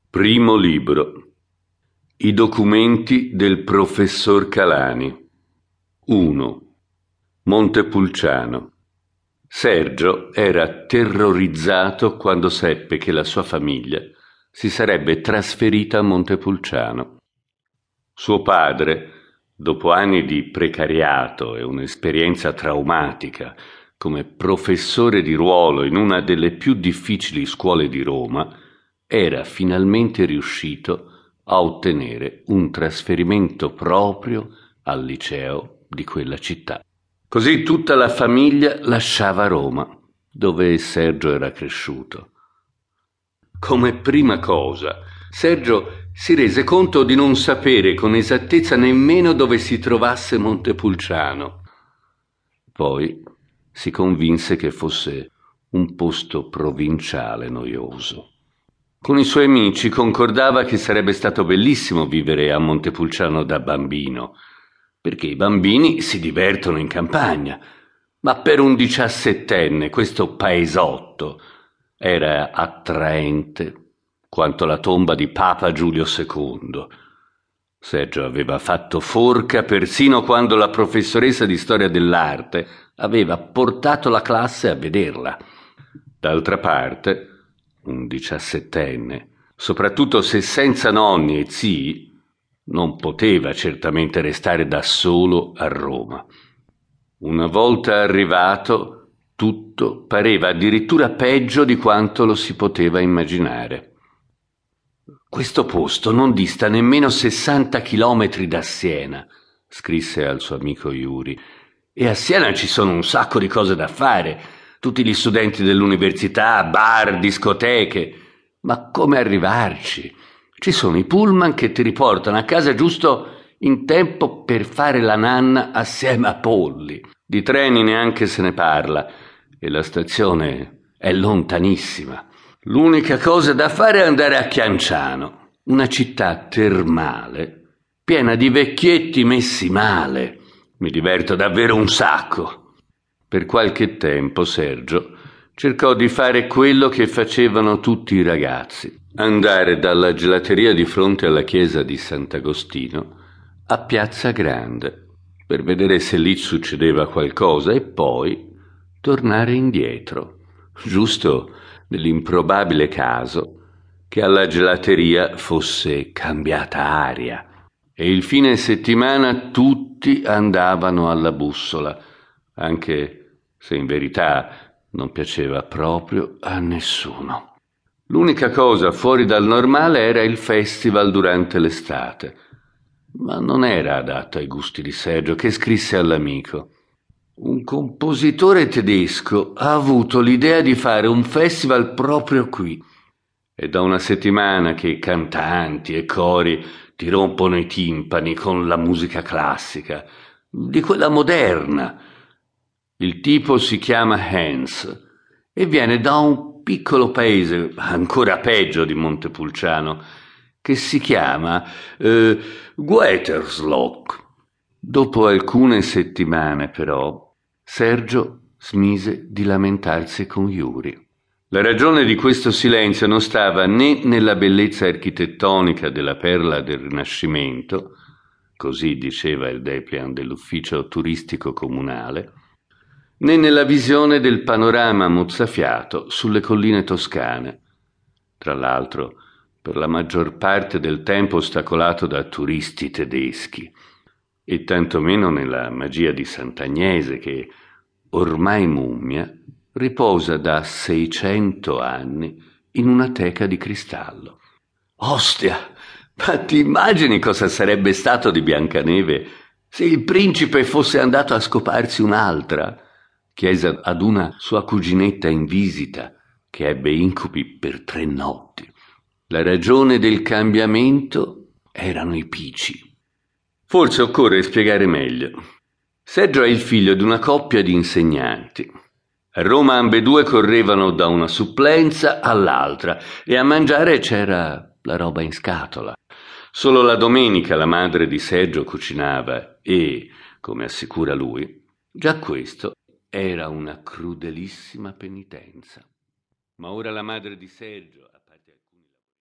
Primo libro. I documenti del professor Calani. 1. Montepulciano. Sergio era terrorizzato quando seppe che la sua famiglia si sarebbe trasferita a Montepulciano. Suo padre, dopo anni di precariato e un'esperienza traumatica come professore di ruolo in una delle più difficili scuole di Roma, era finalmente riuscito a ottenere un trasferimento proprio al liceo di quella città. Così tutta la famiglia lasciava Roma, dove Sergio era cresciuto. Come prima cosa, Sergio si rese conto di non sapere con esattezza nemmeno dove si trovasse Montepulciano. Poi si convinse che fosse un posto provinciale noioso. Con i suoi amici concordava che sarebbe stato bellissimo vivere a Montepulciano da bambino, perché i bambini si divertono in campagna, ma per un 17enne questo paesotto era attraente quanto la tomba di Papa Giulio II. Sergio aveva fatto forca persino quando la professoressa di storia dell'arte aveva portato la classe a vederla. D'altra parte, un 17enne, soprattutto se senza nonni e zii, non poteva certamente restare da solo a Roma. Una volta arrivato, tutto pareva addirittura peggio di quanto lo si poteva immaginare. Questo posto non dista nemmeno 60 chilometri da Siena, scrisse al suo amico Yuri, e a Siena ci sono un sacco di cose da fare. Tutti gli studenti dell'università, bar, discoteche. Ma come arrivarci? Ci sono i pullman che ti riportano a casa giusto in tempo per fare la nanna assieme a Polli. Di treni neanche se ne parla e la stazione è lontanissima. L'unica cosa da fare è andare a Chianciano, una città termale, piena di vecchietti messi male. Mi diverto davvero un sacco. Per qualche tempo Sergio cercò di fare quello che facevano tutti i ragazzi, andare dalla gelateria di fronte alla chiesa di Sant'Agostino a Piazza Grande per vedere se lì succedeva qualcosa e poi tornare indietro, giusto nell'improbabile caso che alla gelateria fosse cambiata aria. E il fine settimana tutti andavano alla bussola, anche se in verità non piaceva proprio a nessuno. L'unica cosa fuori dal normale era il festival durante l'estate, ma non era adatto ai gusti di Sergio, che scrisse all'amico: un compositore tedesco ha avuto l'idea di fare un festival proprio qui. È da una settimana che cantanti e cori ti rompono i timpani con la musica classica, di quella moderna. Il tipo si chiama Hans e viene da un piccolo paese, ancora peggio di Montepulciano, che si chiama Gütersloh. Dopo alcune settimane, però, Sergio smise di lamentarsi con Yuri. La ragione di questo silenzio non stava né nella bellezza architettonica della perla del Rinascimento, così diceva il dépliant dell'ufficio turistico comunale, né nella visione del panorama mozzafiato sulle colline toscane, tra l'altro per la maggior parte del tempo ostacolato da turisti tedeschi, e tantomeno nella magia di Sant'Agnese che, ormai mummia, riposa da 600 anni in una teca di cristallo. Ostia, ma ti immagini cosa sarebbe stato di Biancaneve se il principe fosse andato a scoparsi un'altra? Chiese ad una sua cuginetta in visita, che ebbe incubi per 3 notti. La ragione del cambiamento erano i pici. Forse occorre spiegare meglio. Sergio è il figlio di una coppia di insegnanti. A Roma ambedue correvano da una supplenza all'altra e a mangiare c'era la roba in scatola. Solo la domenica la madre di Sergio cucinava e, come assicura lui, già questo era una crudelissima penitenza. Ma ora la madre di Sergio